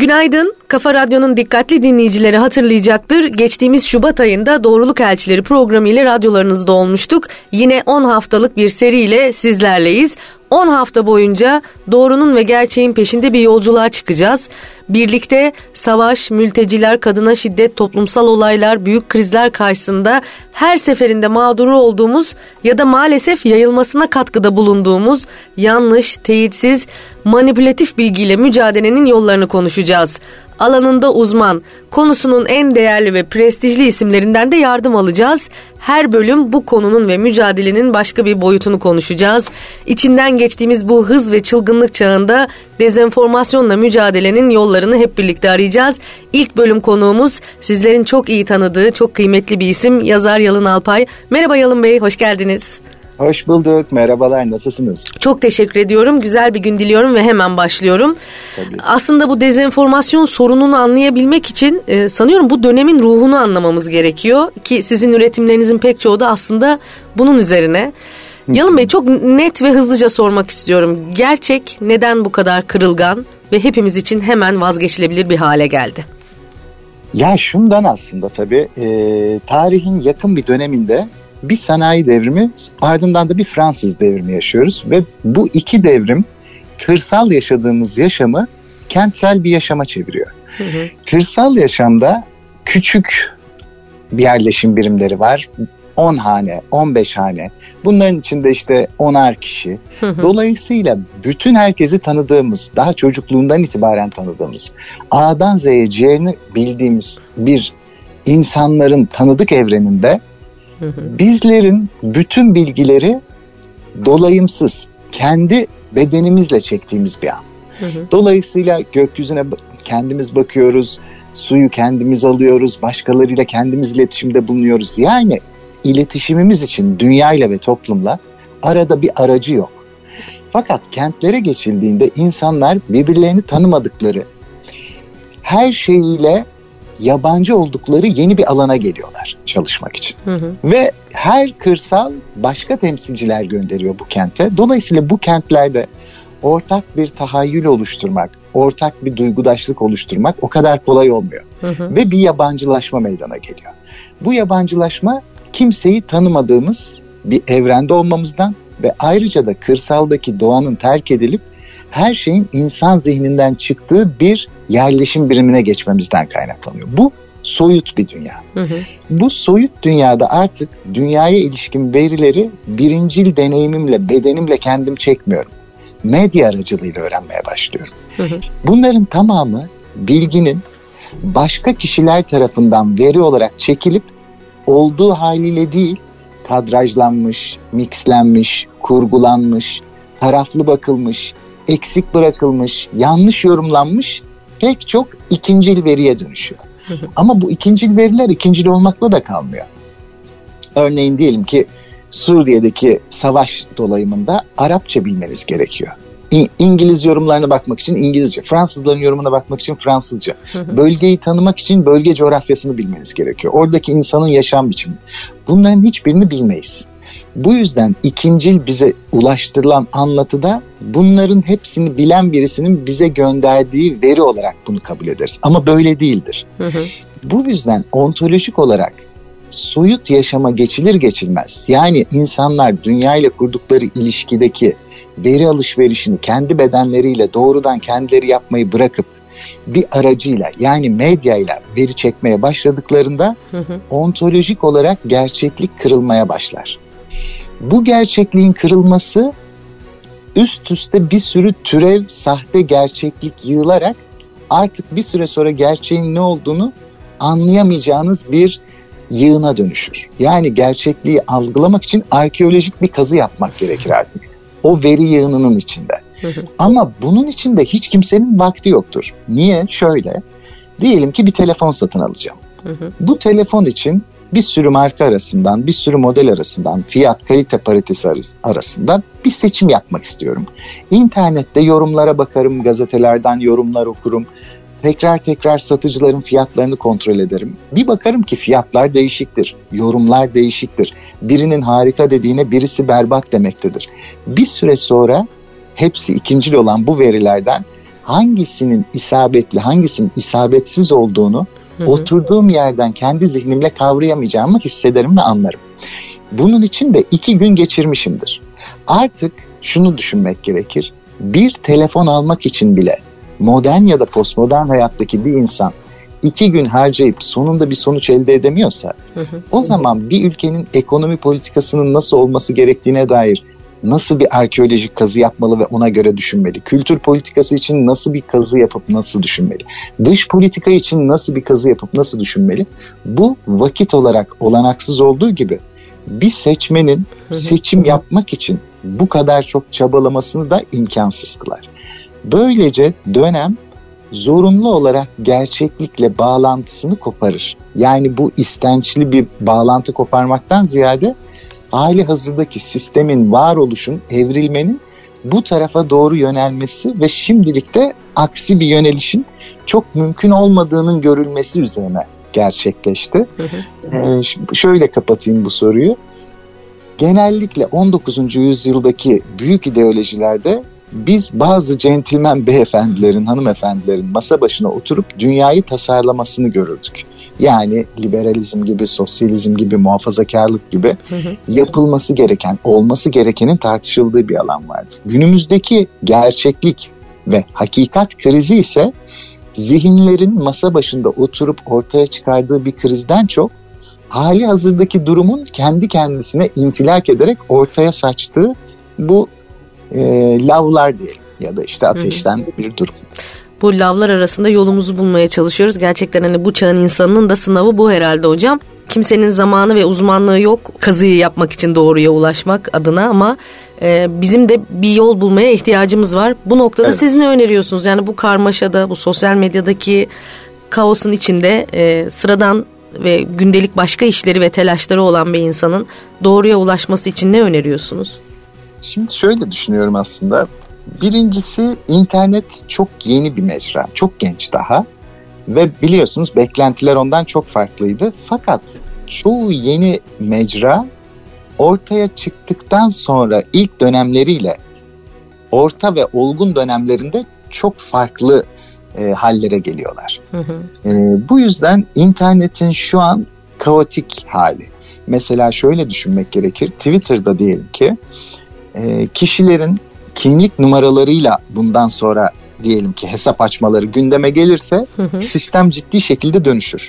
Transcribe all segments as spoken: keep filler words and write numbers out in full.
Günaydın. Kafa Radyo'nun dikkatli dinleyicileri hatırlayacaktır. Geçtiğimiz Şubat ayında Doğruluk Elçileri programı ile radyolarınızda olmuştuk. Yine on haftalık bir seriyle sizlerleyiz. on hafta boyunca doğrunun ve gerçeğin peşinde bir yolculuğa çıkacağız. Birlikte savaş, mülteciler, kadına şiddet, toplumsal olaylar, büyük krizler karşısında her seferinde mağduru olduğumuz ya da maalesef yayılmasına katkıda bulunduğumuz yanlış, teyitsiz, manipülatif bilgiyle mücadelenin yollarını konuşacağız. Alanında uzman, konusunun en değerli ve prestijli isimlerinden de yardım alacağız. Her bölüm bu konunun ve mücadelenin başka bir boyutunu konuşacağız. İçinden geçtiğimiz bu hız ve çılgınlık çağında dezenformasyonla mücadelenin yollarını hep birlikte arayacağız. İlk bölüm konuğumuz sizlerin çok iyi tanıdığı, çok kıymetli bir isim, yazar Yalın Alpay. Merhaba Yalın Bey, hoş geldiniz. Hoş bulduk. Merhabalar. Nasılsınız? Çok teşekkür ediyorum. Güzel bir gün diliyorum ve hemen başlıyorum. Tabii. Aslında bu dezenformasyon sorununu anlayabilmek için e, sanıyorum bu dönemin ruhunu anlamamız gerekiyor. Ki sizin üretimlerinizin pek çoğu da aslında bunun üzerine. Yalın Bey, çok net ve hızlıca sormak istiyorum. Gerçek neden bu kadar kırılgan ve hepimiz için hemen vazgeçilebilir bir hale geldi? Ya şundan aslında tabii e, tarihin yakın bir döneminde bir sanayi devrimi, ardından da bir Fransız devrimi yaşıyoruz ve bu iki devrim kırsal yaşadığımız yaşamı kentsel bir yaşama çeviriyor. Hı hı. Kırsal yaşamda küçük bir yerleşim birimleri var. on hane, on beş hane. Bunların içinde işte onar kişi. Hı hı. Dolayısıyla bütün herkesi tanıdığımız, daha çocukluğundan itibaren tanıdığımız, A'dan Z'ye ciğerini bildiğimiz bir insanların tanıdık evreninde Hı hı. bizlerin bütün bilgileri dolayımsız, kendi bedenimizle çektiğimiz bir an. Hı hı. Dolayısıyla gökyüzüne kendimiz bakıyoruz, suyu kendimiz alıyoruz, başkalarıyla kendimiz iletişimde bulunuyoruz. Yani iletişimimiz için dünyayla ve toplumla arada bir aracı yok. Fakat kentlere geçildiğinde insanlar birbirlerini tanımadıkları, her şeyiyle yabancı oldukları yeni bir alana geliyorlar çalışmak için. Hı hı. Ve her kırsal başka temsilciler gönderiyor bu kente. Dolayısıyla bu kentlerde ortak bir tahayyül oluşturmak, ortak bir duygudaşlık oluşturmak o kadar kolay olmuyor. Hı hı. Ve bir yabancılaşma meydana geliyor. Bu yabancılaşma kimseyi tanımadığımız bir evrende olmamızdan ve ayrıca da kırsaldaki doğanın terk edilip her şeyin insan zihninden çıktığı bir yerleşim birimine geçmemizden kaynaklanıyor. Bu soyut bir dünya. Hı hı. Bu soyut dünyada artık dünyaya ilişkin verileri birincil deneyimimle, bedenimle kendim çekmiyorum. Medya aracılığıyla öğrenmeye başlıyorum. Hı hı. Bunların tamamı bilginin başka kişiler tarafından veri olarak çekilip olduğu haliyle değil, kadrajlanmış, mixlenmiş, kurgulanmış, taraflı bakılmış, eksik bırakılmış, yanlış yorumlanmış pek çok ikincil veriye dönüşüyor. Hı hı. Ama bu ikincil veriler ikincil olmakla da kalmıyor. Örneğin diyelim ki Suriye'deki savaş dolayımında Arapça bilmeniz gerekiyor. İ- İngiliz yorumlarına bakmak için İngilizce, Fransızların yorumuna bakmak için Fransızca. Hı hı. Bölgeyi tanımak için bölge coğrafyasını bilmeniz gerekiyor. Oradaki insanın yaşam biçimi. Bunların hiçbirini bilmeyiz. Bu yüzden ikincil bize ulaştırılan anlatıda bunların hepsini bilen birisinin bize gönderdiği veri olarak bunu kabul ederiz. Ama böyle değildir. Hı hı. Bu yüzden ontolojik olarak soyut yaşama geçilir geçilmez, yani insanlar dünya ile kurdukları ilişkideki veri alışverişini kendi bedenleriyle doğrudan kendileri yapmayı bırakıp bir aracıyla, yani medyayla veri çekmeye başladıklarında hı hı. ontolojik olarak gerçeklik kırılmaya başlar. Bu gerçekliğin kırılması üst üste bir sürü türev sahte gerçeklik yığılarak artık bir süre sonra gerçeğin ne olduğunu anlayamayacağınız bir yığına dönüşür. Yani gerçekliği algılamak için arkeolojik bir kazı yapmak gerekir artık. O veri yığınının içinde. Hı hı. Ama bunun içinde hiç kimsenin vakti yoktur. Niye? Şöyle, diyelim ki bir telefon satın alacağım. Hı hı. Bu telefon için bir sürü marka arasından, bir sürü model arasından, fiyat kalite paritesi arasından bir seçim yapmak istiyorum. İnternette yorumlara bakarım, gazetelerden yorumlar okurum. Tekrar tekrar satıcıların fiyatlarını kontrol ederim. Bir bakarım ki fiyatlar değişiktir, yorumlar değişiktir. Birinin harika dediğine birisi berbat demektedir. Bir süre sonra hepsi ikincil olan bu verilerden hangisinin isabetli, hangisinin isabetsiz olduğunu hı hı. oturduğum yerden kendi zihnimle kavrayamayacağımı hissederim ve anlarım. Bunun için de iki gün geçirmişimdir. Artık şunu düşünmek gerekir. Bir telefon almak için bile modern ya da postmodern hayattaki bir insan iki gün harcayıp sonunda bir sonuç elde edemiyorsa hı hı. o zaman bir ülkenin ekonomi politikasının nasıl olması gerektiğine dair nasıl bir arkeolojik kazı yapmalı ve ona göre düşünmeli? Kültür politikası için nasıl bir kazı yapıp nasıl düşünmeli? Dış politika için nasıl bir kazı yapıp nasıl düşünmeli? Bu vakit olarak olanaksız olduğu gibi bir seçmenin seçim yapmak için bu kadar çok çabalamasını da imkansız kılar. Böylece dönem zorunlu olarak gerçeklikle bağlantısını koparır. Yani bu istençli bir bağlantı koparmaktan ziyade hali hazırdaki sistemin, varoluşun, evrilmenin bu tarafa doğru yönelmesi ve şimdilik de aksi bir yönelişin çok mümkün olmadığının görülmesi üzerine gerçekleşti. Hı hı. Ee, şöyle kapatayım bu soruyu. Genellikle on dokuzuncu yüzyıldaki büyük ideolojilerde biz bazı centilmen beyefendilerin, hanımefendilerin masa başına oturup dünyayı tasarlamasını görürdük. Yani liberalizm gibi, sosyalizm gibi, muhafazakarlık gibi hı hı. yapılması gereken, olması gerekenin tartışıldığı bir alan vardı. Günümüzdeki gerçeklik ve hakikat krizi ise zihinlerin masa başında oturup ortaya çıkardığı bir krizden çok hali hazırdaki durumun kendi kendisine infilak ederek ortaya saçtığı bu e, lavlar diyelim ya da işte ateşten hı hı. bir durum. Bu lavlar arasında yolumuzu bulmaya çalışıyoruz. Gerçekten hani bu çağın insanının da sınavı bu herhalde hocam. Kimsenin zamanı ve uzmanlığı yok kazıyı yapmak için doğruya ulaşmak adına ama e, bizim de bir yol bulmaya ihtiyacımız var. Bu noktada evet. siz ne öneriyorsunuz? Yani bu karmaşada, bu sosyal medyadaki kaosun içinde e, sıradan ve gündelik başka işleri ve telaşları olan bir insanın doğruya ulaşması için ne öneriyorsunuz? Şimdi şöyle düşünüyorum aslında. Birincisi internet çok yeni bir mecra, çok genç daha ve biliyorsunuz beklentiler ondan çok farklıydı. Fakat çoğu yeni mecra ortaya çıktıktan sonra ilk dönemleriyle orta ve olgun dönemlerinde çok farklı e, hallere geliyorlar. Hı hı. E, bu yüzden internetin şu an kaotik hali. Mesela şöyle düşünmek gerekir. Twitter'da diyelim ki e, kişilerin kimlik numaralarıyla bundan sonra diyelim ki hesap açmaları gündeme gelirse hı hı. sistem ciddi şekilde dönüşür.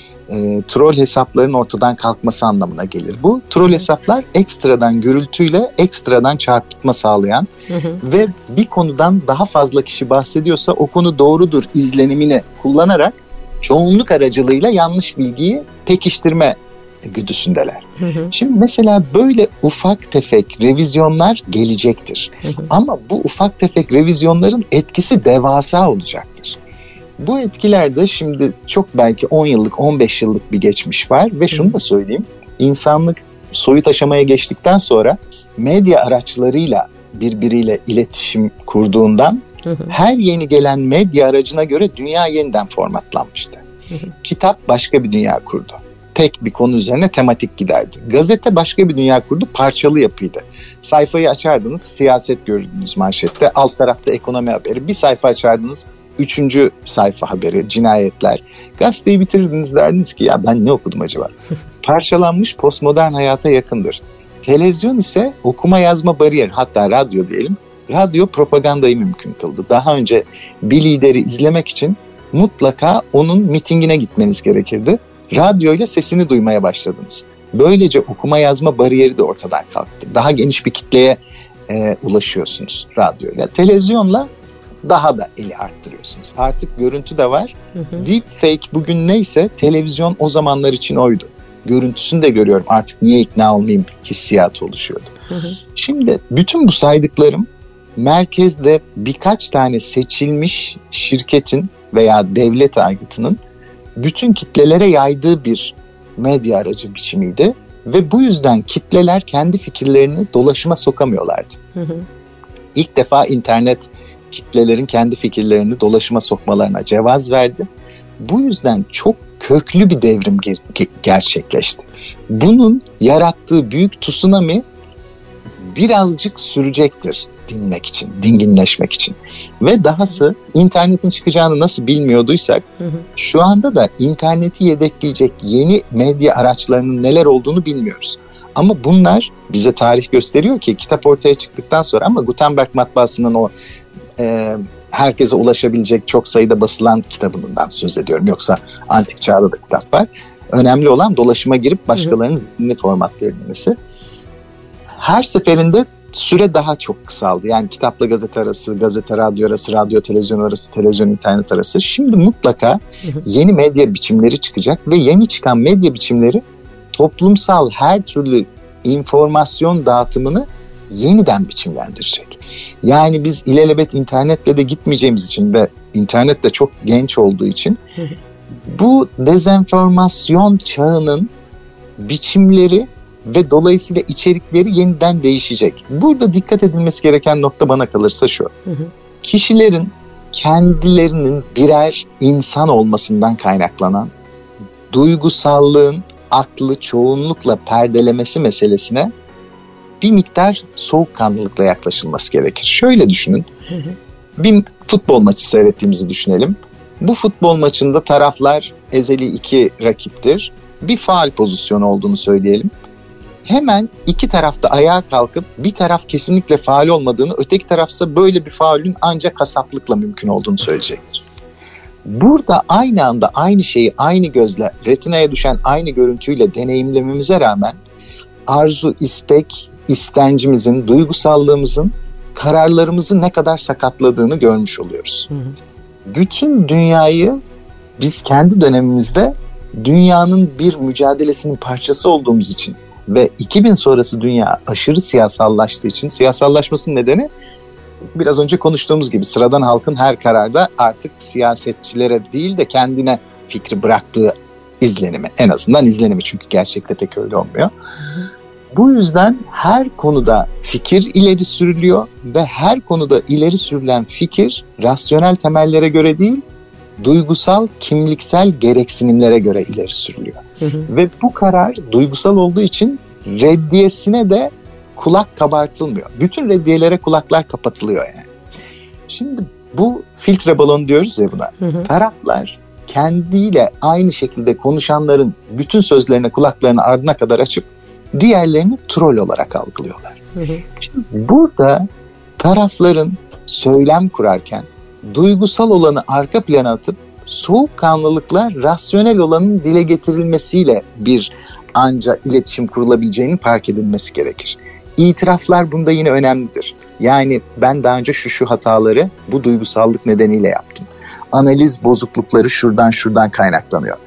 E, troll hesapların ortadan kalkması anlamına gelir. Bu troll hesaplar ekstradan gürültüyle ekstradan çarpıtma sağlayan hı hı. ve bir konudan daha fazla kişi bahsediyorsa o konu doğrudur izlenimini kullanarak çoğunluk aracılığıyla yanlış bilgiyi pekiştirme güdüsündeler. Hı hı. Şimdi mesela böyle ufak tefek revizyonlar gelecektir. Hı hı. Ama bu ufak tefek revizyonların etkisi devasa olacaktır. Bu etkilerde şimdi çok belki on yıllık, on beş yıllık bir geçmiş var ve şunu da söyleyeyim. İnsanlık soyut aşamaya geçtikten sonra medya araçlarıyla birbiriyle iletişim kurduğundan hı hı. her yeni gelen medya aracına göre dünya yeniden formatlanmıştı. Hı hı. Kitap başka bir dünya kurdu. Tek bir konu üzerine tematik giderdi. Gazete başka bir dünya kurdu, parçalı yapıydı. Sayfayı açardınız, siyaset gördünüz manşette, alt tarafta ekonomi haberi. Bir sayfa açardınız, üçüncü sayfa haberi, cinayetler. Gazeteyi bitirirdiniz, derdiniz ki ya ben ne okudum acaba? Parçalanmış postmodern hayata yakındır. Televizyon ise okuma yazma bariyer, hatta radyo diyelim. Radyo propagandayı mümkün kıldı. Daha önce bir lideri izlemek için mutlaka onun mitingine gitmeniz gerekirdi. Radyoyla sesini duymaya başladınız. Böylece okuma yazma bariyeri de ortadan kalktı. Daha geniş bir kitleye e, ulaşıyorsunuz radyoyla. Televizyonla daha da eli arttırıyorsunuz. Artık görüntü de var. Hı hı. Deepfake bugün neyse televizyon o zamanlar için oydu. Görüntüsünü de görüyorum. Artık niye ikna olmayayım hissiyatı oluşuyordu. Hı hı. Şimdi bütün bu saydıklarım merkezde birkaç tane seçilmiş şirketin veya devlet aygıtının bütün kitlelere yaydığı bir medya aracı biçimiydi ve bu yüzden kitleler kendi fikirlerini dolaşıma sokamıyorlardı. Hı hı. İlk defa internet kitlelerin kendi fikirlerini dolaşıma sokmalarına cevaz verdi. Bu yüzden çok köklü bir devrim ger- gerçekleşti. Bunun yarattığı büyük tsunami birazcık sürecektir dinmek için, dinginleşmek için. Ve dahası internetin çıkacağını nasıl bilmiyorduysak hı hı. şu anda da interneti yedekleyecek yeni medya araçlarının neler olduğunu bilmiyoruz. Ama bunlar bize tarih gösteriyor ki kitap ortaya çıktıktan sonra, ama Gutenberg matbaasının o e, herkese ulaşabilecek çok sayıda basılan kitabından söz ediyorum. Yoksa antik çağda da kitap var. Önemli olan dolaşıma girip başkalarının zihnini formatlayabilmesi. Her seferinde süre daha çok kısaldı. Yani kitapla gazete arası, gazete radyo arası, radyo televizyon arası, televizyon internet arası. Şimdi mutlaka yeni medya biçimleri çıkacak ve yeni çıkan medya biçimleri toplumsal her türlü informasyon dağıtımını yeniden biçimlendirecek. Yani biz ilelebet internetle de gitmeyeceğimiz için ve internet de çok genç olduğu için bu dezenformasyon çağının biçimleri ve dolayısıyla içerikleri yeniden değişecek. Burada dikkat edilmesi gereken nokta bana kalırsa şu. Hı hı. Kişilerin kendilerinin birer insan olmasından kaynaklanan duygusallığın aklı çoğunlukla perdelemesi meselesine bir miktar soğukkanlılıkla yaklaşılması gerekir. Şöyle düşünün. Hı hı. Bir futbol maçı seyrettiğimizi düşünelim. Bu futbol maçında taraflar ezeli iki rakiptir. Bir faul pozisyonu olduğunu söyleyelim. Hemen iki tarafta ayağa kalkıp bir taraf kesinlikle faul olmadığını, öteki tarafsa böyle bir faulün ancak kasaplıkla mümkün olduğunu söyleyecektir. Burada aynı anda aynı şeyi aynı gözle, retinaya düşen aynı görüntüyle deneyimlememize rağmen arzu, istek, istencimizin, duygusallığımızın kararlarımızı ne kadar sakatladığını görmüş oluyoruz. Hı hı. Bütün dünyayı biz kendi dönemimizde dünyanın bir mücadelesinin parçası olduğumuz için ve iki bin sonrası dünya aşırı siyasallaştığı için, siyasallaşmasının nedeni biraz önce konuştuğumuz gibi sıradan halkın her kararda artık siyasetçilere değil de kendine fikri bıraktığı izlenimi, en azından izlenimi, çünkü gerçekte pek öyle olmuyor. Hı hı. Bu yüzden her konuda fikir ileri sürülüyor ve her konuda ileri sürülen fikir rasyonel temellere göre değil, duygusal, kimliksel gereksinimlere göre ileri sürülüyor. Hı hı. Ve bu karar duygusal olduğu için reddiyesine de kulak kabartılmıyor. Bütün reddiyelere kulaklar kapatılıyor yani. Şimdi bu filtre balon diyoruz ya buna. Hı hı. Taraflar kendiyle aynı şekilde konuşanların bütün sözlerine kulaklarını ardına kadar açıp diğerlerini troll olarak algılıyorlar. Hı hı. Şimdi burada tarafların söylem kurarken duygusal olanı arka plana atıp soğukkanlılıkla rasyonel olanın dile getirilmesiyle bir anca iletişim kurulabileceğinin fark edilmesi gerekir. İtiraflar bunda yine önemlidir. Yani ben daha önce şu şu hataları bu duygusallık nedeniyle yaptım. Analiz bozuklukları şuradan şuradan kaynaklanıyor.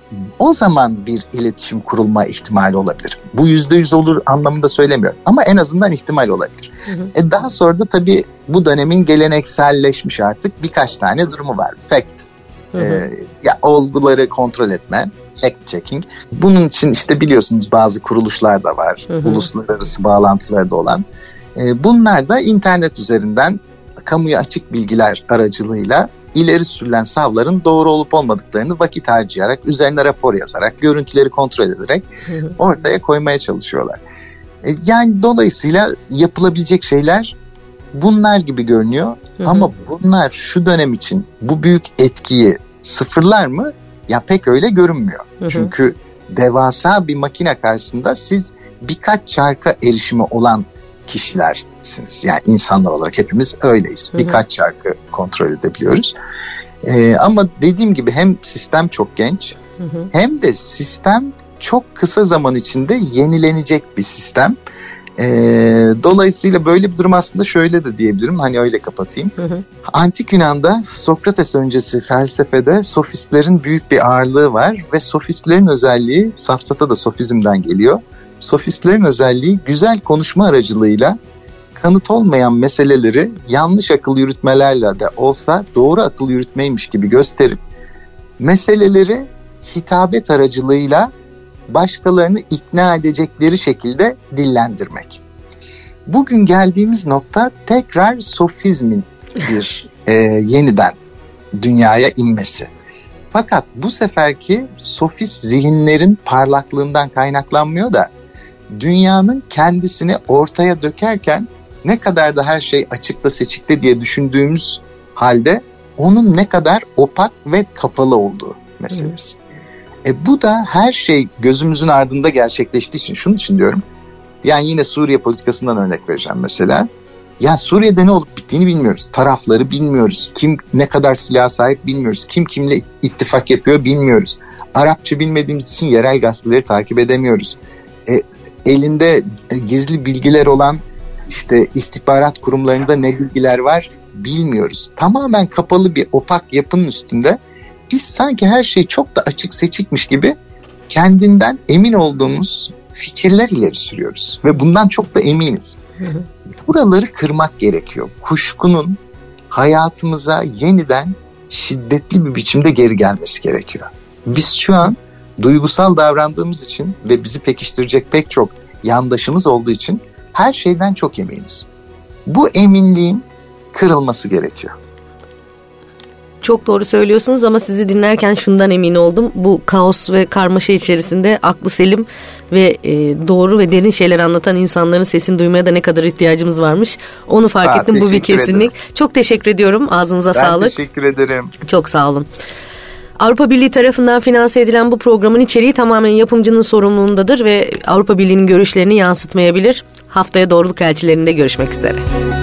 O zaman bir iletişim kurulma ihtimali olabilir. Bu yüzde yüz olur anlamında söylemiyorum. Ama en azından ihtimal olabilir. Hı hı. E daha sonra da tabii bu dönemin gelenekselleşmiş artık birkaç tane durumu var. Fact. Hı hı. E, ya olguları kontrol etme. Fact checking. Bunun için işte biliyorsunuz bazı kuruluşlar da var. Hı hı. Uluslararası bağlantıları da olan. E, bunlar da internet üzerinden kamuya açık bilgiler aracılığıyla ileri sürülen savların doğru olup olmadıklarını vakit harcayarak, üzerine rapor yazarak, görüntüleri kontrol ederek ortaya koymaya çalışıyorlar. E, yani dolayısıyla yapılabilecek şeyler bunlar gibi görünüyor. Hı hı. Ama bunlar şu dönem için bu büyük etkiyi sıfırlar mı? Ya pek öyle görünmüyor. Hı hı. Çünkü devasa bir makine karşısında siz birkaç çarka erişimi olan kişilersiniz. Yani insanlar olarak hepimiz öyleyiz. Hı hı. Birkaç çarkı kontrol edebiliyoruz. Ee, ama dediğim gibi hem sistem çok genç, hı hı, hem de sistem çok kısa zaman içinde yenilenecek bir sistem. Ee, dolayısıyla böyle bir durum aslında şöyle de diyebilirim. Hani öyle kapatayım. Hı hı. Antik Yunan'da Sokrates öncesi felsefede sofistlerin büyük bir ağırlığı var ve sofistlerin özelliği, safsata da sofizmden geliyor. Sofistlerin özelliği güzel konuşma aracılığıyla kanıt olmayan meseleleri yanlış akıl yürütmelerle de olsa doğru akıl yürütmeymiş gibi gösterip meseleleri hitabet aracılığıyla başkalarını ikna edecekleri şekilde dillendirmek. Bugün geldiğimiz nokta tekrar sofizmin bir e, yeniden dünyaya inmesi. Fakat bu seferki sofist zihinlerin parlaklığından kaynaklanmıyor da dünyanın kendisini ortaya dökerken ne kadar da her şey açıkta seçikte diye düşündüğümüz halde onun ne kadar opak ve kapalı olduğu meselesi. E bu da her şey gözümüzün ardında gerçekleştiği için, şunun için diyorum. Yani yine Suriye politikasından örnek vereceğim mesela. Ya Suriye'de ne olup bittiğini bilmiyoruz. Tarafları bilmiyoruz. Kim ne kadar silah sahip bilmiyoruz. Kim kimle ittifak yapıyor bilmiyoruz. Arapça bilmediğimiz için yerel gazeteleri takip edemiyoruz. E, elinde gizli bilgiler olan işte istihbarat kurumlarında ne bilgiler var bilmiyoruz. Tamamen kapalı bir opak yapının üstünde biz sanki her şey çok da açık seçikmiş gibi kendinden emin olduğumuz fikirler ileri sürüyoruz. Ve bundan çok da eminiz. Buraları kırmak gerekiyor. Kuşkunun hayatımıza yeniden şiddetli bir biçimde geri gelmesi gerekiyor. Biz şu an duygusal davrandığımız için ve bizi pekiştirecek pek çok yandaşımız olduğu için her şeyden çok eminiz. Bu eminliğin kırılması gerekiyor. Çok doğru söylüyorsunuz ama sizi dinlerken şundan emin oldum. Bu kaos ve karmaşa içerisinde aklı selim ve e, doğru ve derin şeyler anlatan insanların sesini duymaya da ne kadar ihtiyacımız varmış. Onu fark Aa, ettim. Bu bir kesinlik. Ederim. Çok teşekkür ediyorum. Ağzınıza ben sağlık. Ben teşekkür ederim. Çok sağ olun. Avrupa Birliği tarafından finanse edilen bu programın içeriği tamamen yapımcının sorumluluğundadır ve Avrupa Birliği'nin görüşlerini yansıtmayabilir. Haftaya Doğruluk Elçileri'nde görüşmek üzere.